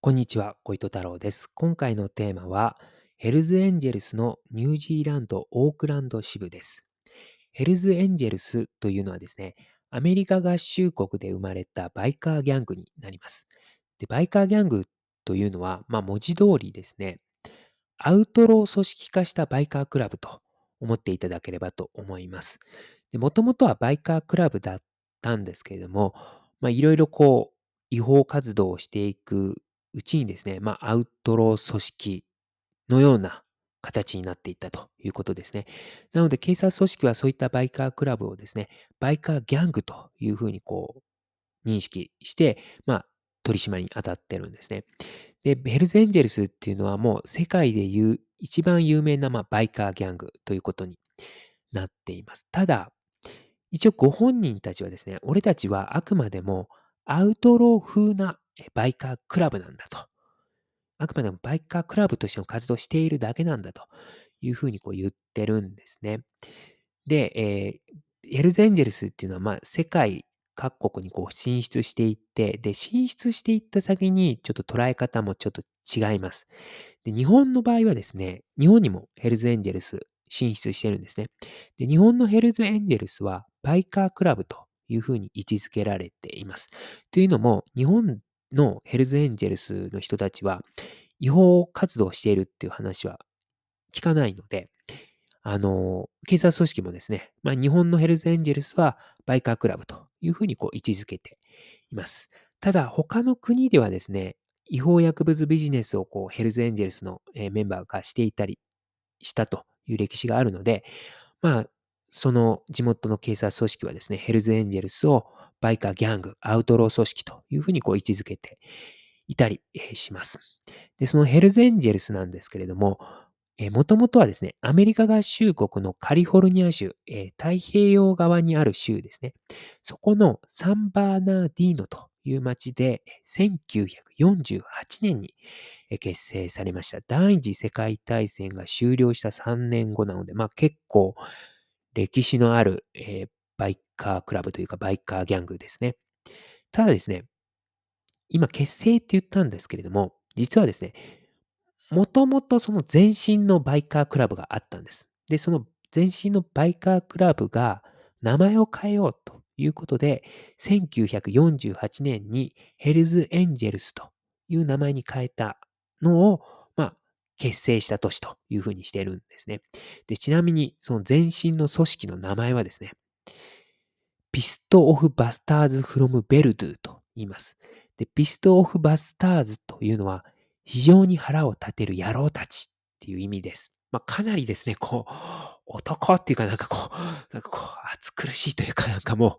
こんにちは、小糸太郎です。今回のテーマは、ヘルズエンジェルスのニュージーランド・オークランド支部です。ヘルズエンジェルスというのはですね、アメリカ合衆国で生まれたバイカーギャングになります。で、バイカーギャングというのは、文字通りですね、アウトロー組織化したバイカークラブと思っていただければと思います。で、もともとはバイカークラブだったんですけれども、いろいろ違法活動をしていくうちにですね、アウトロー組織のような形になっていったということですね。なので、警察組織はそういったバイカークラブをですね、バイカーギャングというふうに認識して、取り締まりに当たってるんですね。で、ヘルズエンジェルスっていうのはもう世界でいう一番有名なバイカーギャングということになっています。ただ、一応ご本人たちはですね、俺たちはあくまでもアウトロー風なバイカークラブなんだと。あくまでもバイカークラブとしての活動をしているだけなんだというふうに言ってるんですね。で、ヘルズエンジェルスっていうのは、世界各国に進出していって、で、進出していった先にちょっと捉え方もちょっと違います。で、日本の場合はですね、日本にもヘルズエンジェルス進出してるんですね。で、日本のヘルズエンジェルスはバイカークラブというふうに位置づけられています。というのも、日本のヘルズエンジェルスの人たちは違法活動をしているっていう話は聞かないので、警察組織もですね、日本のヘルズエンジェルスはバイカークラブというふうに位置づけています。ただ、他の国ではですね、違法薬物ビジネスをヘルズエンジェルスのメンバーがしていたりしたという歴史があるので、まあ、その地元の警察組織はですね、ヘルズエンジェルスをバイカーギャング、アウトロー組織というふうに位置づけていたりします。で、そのヘルズエンジェルスなんですけれども、もともとはですね、アメリカ合衆国のカリフォルニア州、太平洋側にある州ですね。そこのサンバーナーディーノという町で、1948年に結成されました。第二次世界大戦が終了した3年後なので、結構歴史のある、バイカークラブというかバイカーギャングですね。ただですね、今結成って言ったんですけれども、実はですね、もともとその前身のバイカークラブがあったんです。で、その前身のバイカークラブが名前を変えようということで、1948年にヘルズエンジェルスという名前に変えたのを、結成した年というふうにしているんですね。で、ちなみにその前身の組織の名前はですね、ピスト・オフ・バスターズ・フロム・ベルドゥと言います。で、ピスト・オフ・バスターズというのは、非常に腹を立てる野郎たちっていう意味です。かなりですね、男っていうか暑苦しいというかもう、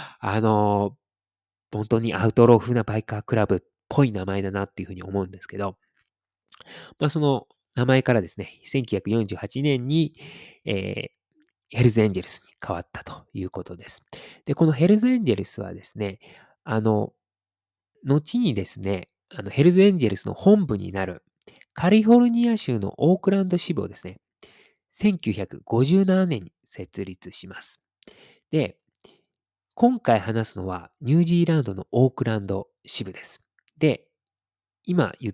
本当にアウトロー風なバイカークラブっぽい名前だなっていうふうに思うんですけど、その名前からですね、1948年に、えーヘルズエンジェルスに変わったということです。で、このヘルズエンジェルスはですね、あの、後にですね、ヘルズエンジェルスの本部になるカリフォルニア州のオークランド支部をですね、1957年に設立します。で、今回話すのはニュージーランドのオークランド支部です。で、今言った、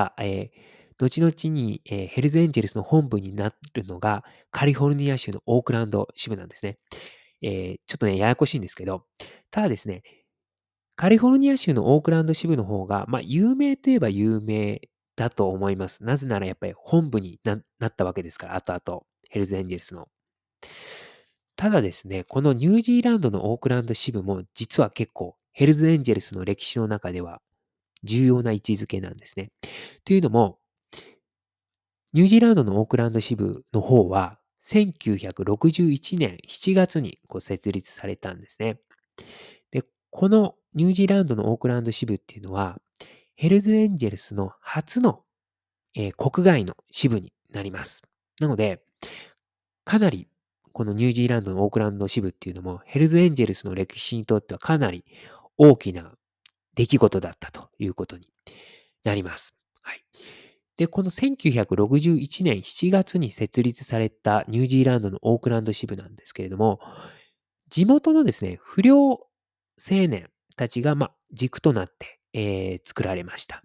後々に、ヘルズエンジェルスの本部になるのがカリフォルニア州のオークランド支部なんですね。ちょっとね、ややこしいんですけど、ただですね、カリフォルニア州のオークランド支部の方が、有名といえば有名だと思います。なぜならやっぱり本部になったわけですから、後々、ヘルズエンジェルスの。ただですね、このニュージーランドのオークランド支部も実は結構ヘルズエンジェルスの歴史の中では重要な位置づけなんですね。というのも、ニュージーランドのオークランド支部の方は、1961年7月に設立されたんですね。で、このニュージーランドのオークランド支部っていうのは、ヘルズエンジェルスの初の、国外の支部になります。なので、かなりこのニュージーランドのオークランド支部っていうのも、ヘルズエンジェルスの歴史にとってはかなり大きな出来事だったということになります。はい。で、この1961年7月に設立されたニュージーランドのオークランド支部なんですけれども、地元のですね、不良青年たちが、軸となって、作られました。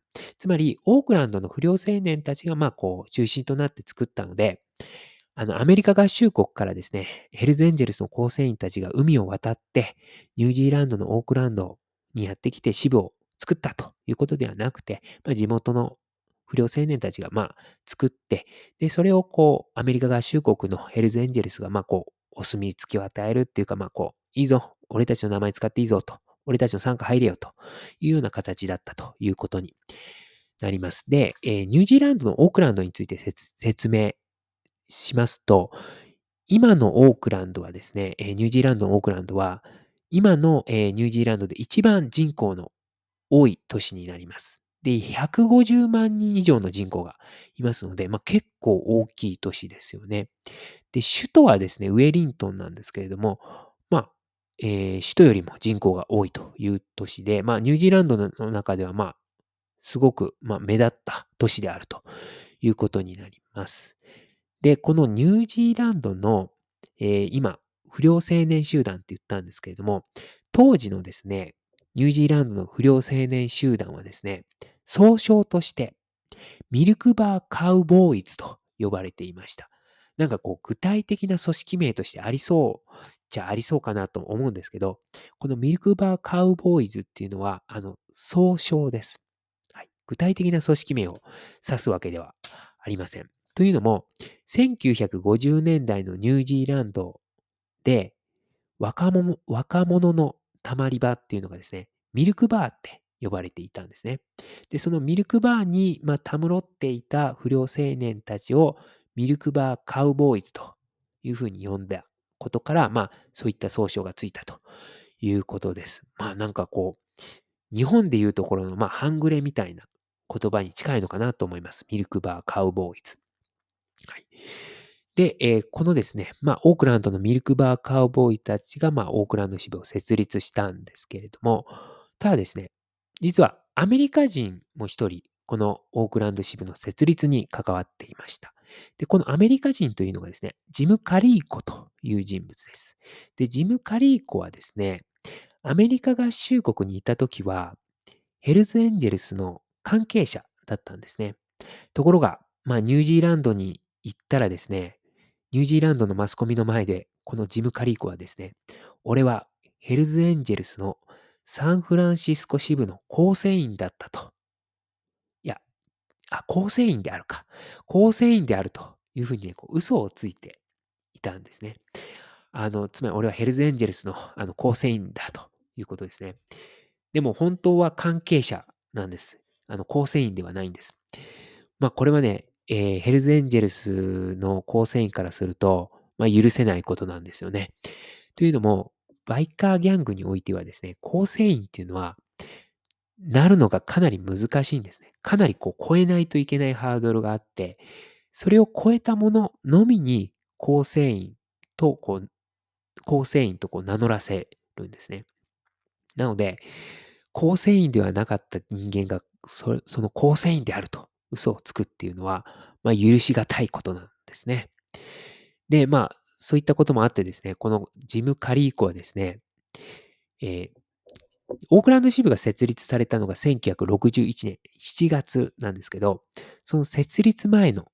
つまり、オークランドの不良青年たちが、中心となって作ったので、アメリカ合衆国からですね、ヘルズエンジェルスの構成員たちが海を渡って、ニュージーランドのオークランドにやってきて支部を作ったということではなくて、地元の不良青年たちが作って、で、それをアメリカ合衆国のヘルズエンジェルスがお墨付きを与えるっていうか、いいぞ、俺たちの名前使っていいぞと、俺たちの傘下入れよというような形だったということになります。で、ニュージーランドのオークランドについて説明しますと、今のオークランドはですね、ニュージーランドのオークランドは、今の、ニュージーランドで一番人口の多い都市になります。で、150万人以上の人口がいますので、結構大きい都市ですよね。で、首都はですね、ウェリントンなんですけれども、まあ、首都よりも人口が多いという都市で、ニュージーランドの中では、すごく、目立った都市であるということになります。で、このニュージーランドの、今、不良青年集団って言ったんですけれども、当時のですね、ニュージーランドの不良青年集団はですね、総称としてミルクバーカウボーイズと呼ばれていました。なんか具体的な組織名としてありそうじゃありそうかなと思うんですけど、このミルクバーカウボーイズっていうのは、総称です。はい。具体的な組織名を指すわけではありません。というのも、1950年代のニュージーランドで若者のたまり場っていうのがですね、ミルクバーって呼ばれていたんですね。で、そのミルクバーに、たむろっていた不良青年たちをミルクバーカウボーイズというふうに呼んだことから、そういった総称がついたということです。なんか日本でいうところの、半グレみたいな言葉に近いのかなと思います。ミルクバーカウボーイズ。はい。で、このですね、オークランドのミルクバーカウボーイたちが、オークランド支部を設立したんですけれども、ただですね、実はアメリカ人も一人、このオークランド支部の設立に関わっていました。で、このアメリカ人というのがですね、ジム・カリーコという人物です。で、ジム・カリーコはですね、アメリカ合衆国にいたときは、ヘルズエンジェルスの関係者だったんですね。ところが、ニュージーランドに行ったらですね、ニュージーランドのマスコミの前で、このジム・カリーコはですね、俺はヘルズエンジェルスのサンフランシスコ支部の構成員だったと。いや、構成員であるか。構成員であるというふうにね、嘘をついていたんですね。つまり俺はヘルズエンジェルスの構成員だということですね。でも本当は関係者なんです。構成員ではないんです。これはね、ヘルズエンジェルスの構成員からすると、許せないことなんですよね。というのも、バイカーギャングにおいてはですね、構成員っていうのは、なるのがかなり難しいんですね。かなり超えないといけないハードルがあって、それを超えたもののみに構成員と名乗らせるんですね。なので、構成員ではなかった人間が、その構成員であると嘘をつくっていうのは、許しがたいことなんですね。で、そういったこともあってですね、このジム・カリーコはですね、えーオークランド支部が設立されたのが1961年7月なんですけど、その設立前の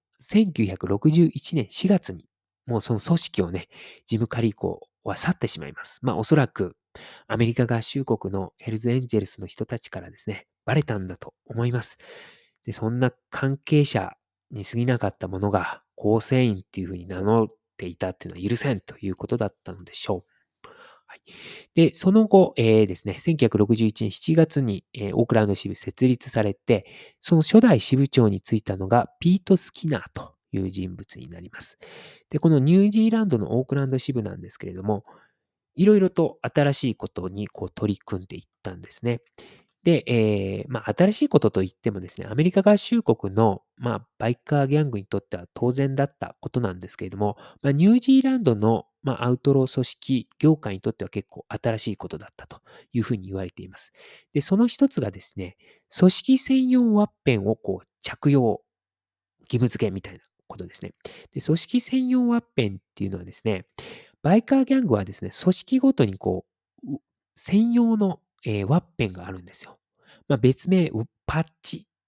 1961年4月に、もうその組織をね、ジム・カリーコは去ってしまいます。おそらくアメリカ合衆国のヘルズエンジェルスの人たちからですね、バレたんだと思います。で、そんな関係者に過ぎなかったものが構成員っていうふうに名乗っていたっていうのは許せんということだったのでしょう。はい。で、その後、ですね、1961年7月に、オークランド支部設立されて、その初代支部長に就いたのがピート・スキナーという人物になります。で、このニュージーランドのオークランド支部なんですけれども、いろいろと新しいことに取り組んでいったんですね。で、新しいことといってもですね、アメリカ合衆国の、バイカーギャングにとっては当然だったことなんですけれども、ニュージーランドの、アウトロー組織業界にとっては結構新しいことだったというふうに言われています。で、その一つがですね、組織専用ワッペンを着用、義務付けみたいなことですね。で、組織専用ワッペンっていうのはですね、バイカーギャングはですね、組織ごとに専用の、ワッペンがあるんですよ。別名、パッチ。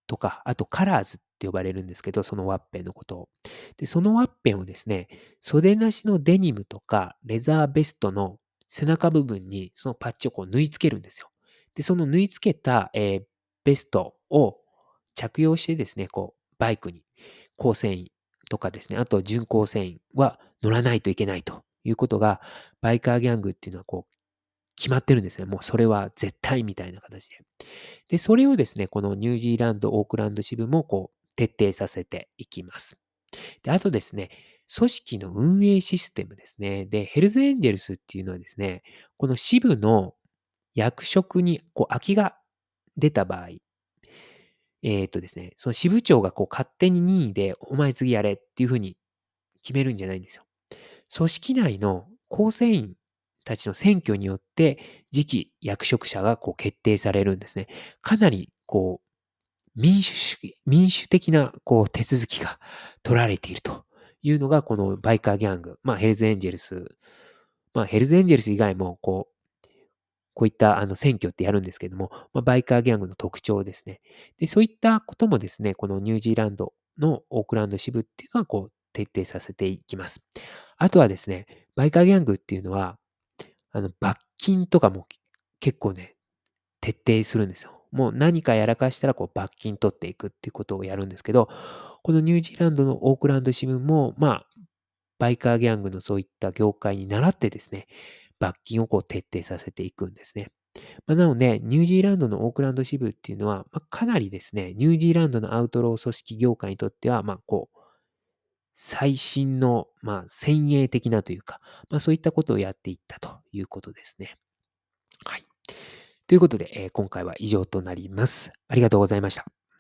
とか、あとカラーズって呼ばれるんですけど、そのワッペンのことを。で、そのワッペンをですね、袖なしのデニムとかレザーベストの背中部分にそのパッチをこう縫い付けるんですよ。で、その縫い付けた、ベストを着用してですね、こうバイクに構成員とかですね、あと準構成員は乗らないといけないということが、バイカーギャングっていうのはこう決まってるんですね。もうそれは絶対みたいな形で。で、それをですね、このニュージーランド、オークランド支部もこう徹底させていきます。で、あとですね、組織の運営システムですね。で、ヘルズエンジェルスっていうのはですね、この支部の役職にこう空きが出た場合、ですね、その支部長がこう勝手に任意で、お前次やれっていうふうに決めるんじゃないんですよ。組織内の構成員たちの選挙によって、次期役職者がこう決定されるんですね。かなりこう、民主的なこう手続きが取られているというのが、このバイカーギャング、ヘルズエンジェルス、ヘルズエンジェルス以外も、こういった選挙ってやるんですけども、バイカーギャングの特徴ですね。で、そういったこともですね、このニュージーランドのオークランド支部っていうのはこう徹底させていきます。あとはですね、バイカーギャングっていうのは、罰金とかも結構ね、徹底するんですよ。もう何かやらかしたらこう罰金取っていくっていうことをやるんですけど、このニュージーランドのオークランド支部も、バイカーギャングのそういった業界に倣ってですね、罰金をこう徹底させていくんですね。なので、ニュージーランドのオークランド支部っていうのは、かなりですね、ニュージーランドのアウトロー組織業界にとっては、最新の、先鋭的なというか、そういったことをやっていったということですね。はい。ということで、今回は以上となります。ありがとうございました。